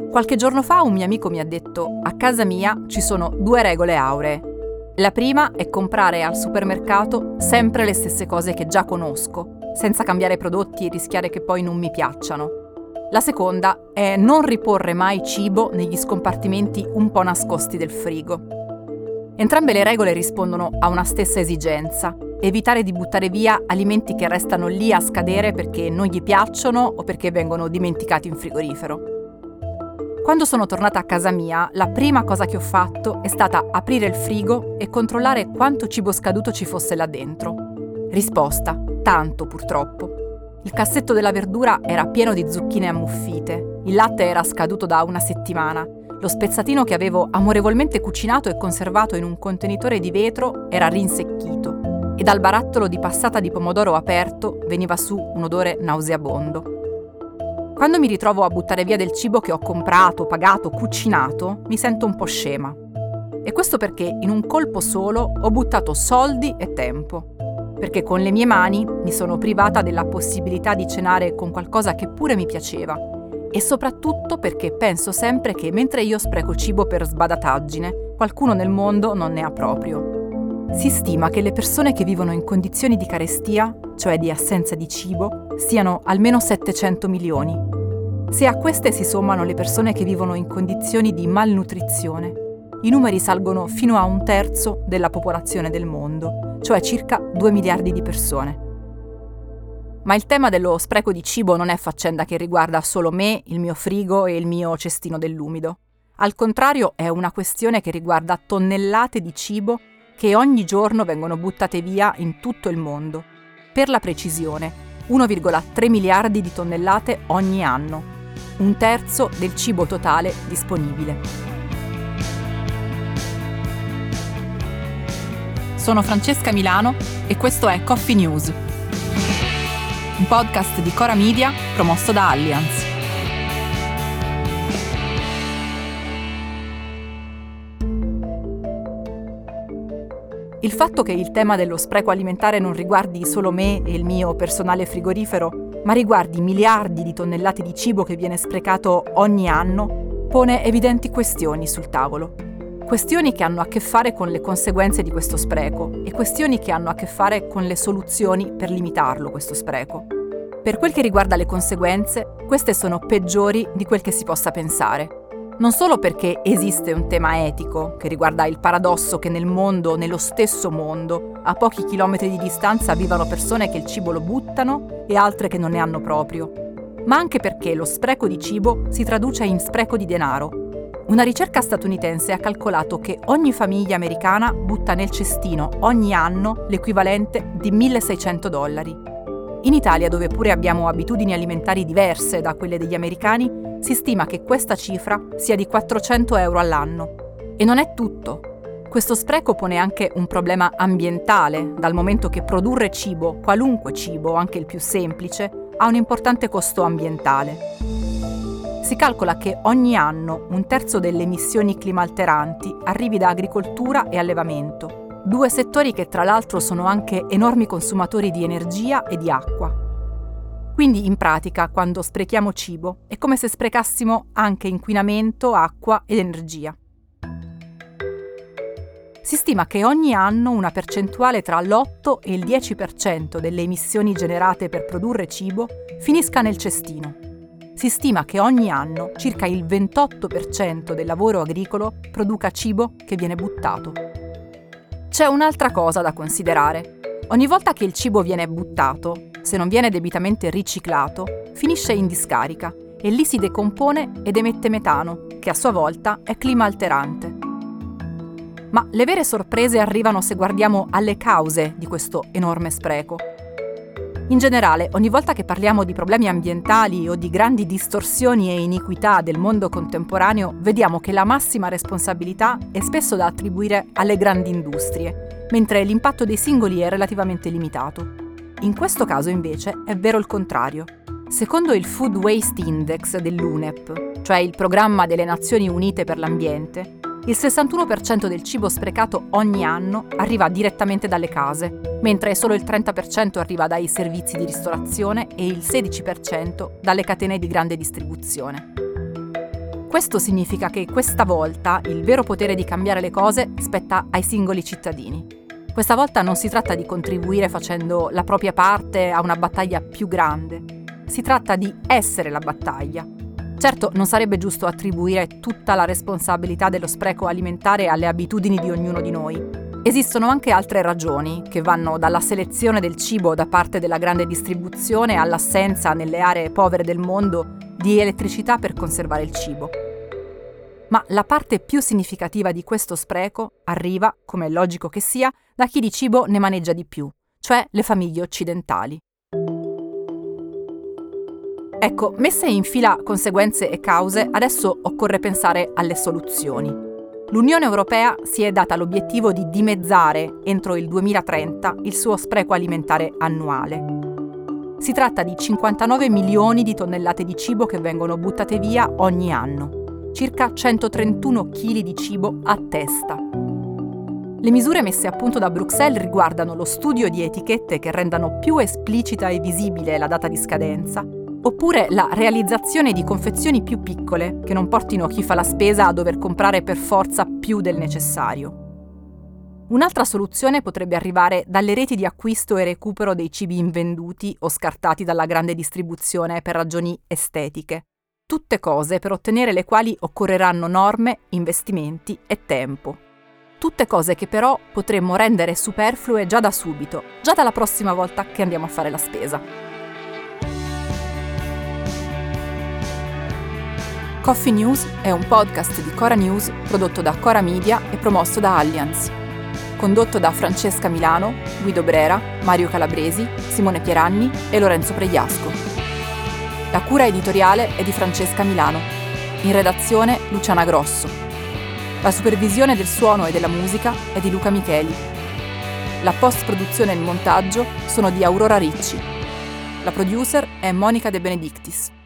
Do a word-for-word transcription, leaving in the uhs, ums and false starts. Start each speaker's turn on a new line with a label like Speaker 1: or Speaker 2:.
Speaker 1: Qualche giorno fa un mio amico mi ha detto: a casa mia ci sono due regole auree. La prima è comprare al supermercato sempre le stesse cose che già conosco, senza cambiare prodotti e rischiare che poi non mi piacciono. La seconda è non riporre mai cibo negli scompartimenti un po' nascosti del frigo. Entrambe le regole rispondono a una stessa esigenza: evitare di buttare via alimenti che restano lì a scadere perché non gli piacciono o perché vengono dimenticati in frigorifero. Quando sono tornata a casa mia, la prima cosa che ho fatto è stata aprire il frigo e controllare quanto cibo scaduto ci fosse là dentro. Risposta: tanto purtroppo. Il cassetto della verdura era pieno di zucchine ammuffite, il latte era scaduto da una settimana, lo spezzatino che avevo amorevolmente cucinato e conservato in un contenitore di vetro era rinsecchito e dal barattolo di passata di pomodoro aperto veniva su un odore nauseabondo. Quando mi ritrovo a buttare via del cibo che ho comprato, pagato, cucinato, mi sento un po' scema. E questo perché in un colpo solo ho buttato soldi e tempo. Perché con le mie mani mi sono privata della possibilità di cenare con qualcosa che pure mi piaceva. E soprattutto perché penso sempre che mentre io spreco cibo per sbadataggine, qualcuno nel mondo non ne ha proprio. Si stima che le persone che vivono in condizioni di carestia, cioè di assenza di cibo, siano almeno settecento milioni. Se a queste si sommano le persone che vivono in condizioni di malnutrizione, i numeri salgono fino a un terzo della popolazione del mondo, cioè circa due miliardi di persone. Ma il tema dello spreco di cibo non è faccenda che riguarda solo me, il mio frigo e il mio cestino dell'umido. Al contrario, è una questione che riguarda tonnellate di cibo che ogni giorno vengono buttate via in tutto il mondo. Per la precisione, uno virgola tre miliardi di tonnellate ogni anno, un terzo del cibo totale disponibile. Sono Francesca Milano e questo è Coffee News, un podcast di Cora Media promosso da Allianz. Il fatto che il tema dello spreco alimentare non riguardi solo me e il mio personale frigorifero, ma riguardi miliardi di tonnellate di cibo che viene sprecato ogni anno, pone evidenti questioni sul tavolo. Questioni che hanno a che fare con le conseguenze di questo spreco e questioni che hanno a che fare con le soluzioni per limitarlo, questo spreco. Per quel che riguarda le conseguenze, queste sono peggiori di quel che si possa pensare. Non solo perché esiste un tema etico che riguarda il paradosso che nel mondo, nello stesso mondo, a pochi chilometri di distanza vivano persone che il cibo lo buttano e altre che non ne hanno proprio, ma anche perché lo spreco di cibo si traduce in spreco di denaro. Una ricerca statunitense ha calcolato che ogni famiglia americana butta nel cestino ogni anno l'equivalente di milleseicento dollari. In Italia, dove pure abbiamo abitudini alimentari diverse da quelle degli americani, si stima che questa cifra sia di quattrocento euro all'anno. E non è tutto. Questo spreco pone anche un problema ambientale, dal momento che produrre cibo, qualunque cibo, anche il più semplice, ha un importante costo ambientale. Si calcola che ogni anno un terzo delle emissioni climalteranti arrivi da agricoltura e allevamento, due settori che tra l'altro sono anche enormi consumatori di energia e di acqua. Quindi in pratica, quando sprechiamo cibo, è come se sprecassimo anche inquinamento, acqua ed energia. Si stima che ogni anno una percentuale tra l'otto e il dieci per cento delle emissioni generate per produrre cibo finisca nel cestino. Si stima che ogni anno circa il ventotto per cento del lavoro agricolo produca cibo che viene buttato. C'è un'altra cosa da considerare. Ogni volta che il cibo viene buttato, se non viene debitamente riciclato, finisce in discarica e lì si decompone ed emette metano, che a sua volta è clima alterante. Ma le vere sorprese arrivano se guardiamo alle cause di questo enorme spreco. In generale, ogni volta che parliamo di problemi ambientali o di grandi distorsioni e iniquità del mondo contemporaneo, vediamo che la massima responsabilità è spesso da attribuire alle grandi industrie, mentre l'impatto dei singoli è relativamente limitato. In questo caso, invece, è vero il contrario. Secondo il Food Waste Index dell'U N E P, cioè il Programma delle Nazioni Unite per l'Ambiente, il sessantuno per cento del cibo sprecato ogni anno arriva direttamente dalle case, mentre solo il trenta per cento arriva dai servizi di ristorazione e il sedici per cento dalle catene di grande distribuzione. Questo significa che questa volta il vero potere di cambiare le cose spetta ai singoli cittadini. Questa volta non si tratta di contribuire facendo la propria parte a una battaglia più grande. Si tratta di essere la battaglia. Certo, non sarebbe giusto attribuire tutta la responsabilità dello spreco alimentare alle abitudini di ognuno di noi. Esistono anche altre ragioni, che vanno dalla selezione del cibo da parte della grande distribuzione all'assenza nelle aree povere del mondo di elettricità per conservare il cibo. Ma la parte più significativa di questo spreco arriva, come è logico che sia, da chi di cibo ne maneggia di più, cioè le famiglie occidentali. Ecco, messe in fila conseguenze e cause, adesso occorre pensare alle soluzioni. L'Unione Europea si è data l'obiettivo di dimezzare entro il duemilatrenta il suo spreco alimentare annuale. Si tratta di cinquantanove milioni di tonnellate di cibo che vengono buttate via ogni anno, circa centotrentuno chili di cibo a testa. Le misure messe a punto da Bruxelles riguardano lo studio di etichette che rendano più esplicita e visibile la data di scadenza, oppure la realizzazione di confezioni più piccole che non portino chi fa la spesa a dover comprare per forza più del necessario. Un'altra soluzione potrebbe arrivare dalle reti di acquisto e recupero dei cibi invenduti o scartati dalla grande distribuzione per ragioni estetiche. Tutte cose per ottenere le quali occorreranno norme, investimenti e tempo. Tutte cose che però potremmo rendere superflue già da subito, già dalla prossima volta che andiamo a fare la spesa. Coffee News è un podcast di Cora News prodotto da Cora Media e promosso da Allianz. Condotto da Francesca Milano, Guido Brera, Mario Calabresi, Simone Pieranni e Lorenzo Pregliasco. La cura editoriale è di Francesca Milano. In redazione Luciana Grosso. La supervisione del suono e della musica è di Luca Micheli. La post-produzione e il montaggio sono di Aurora Ricci. La producer è Monica De Benedictis.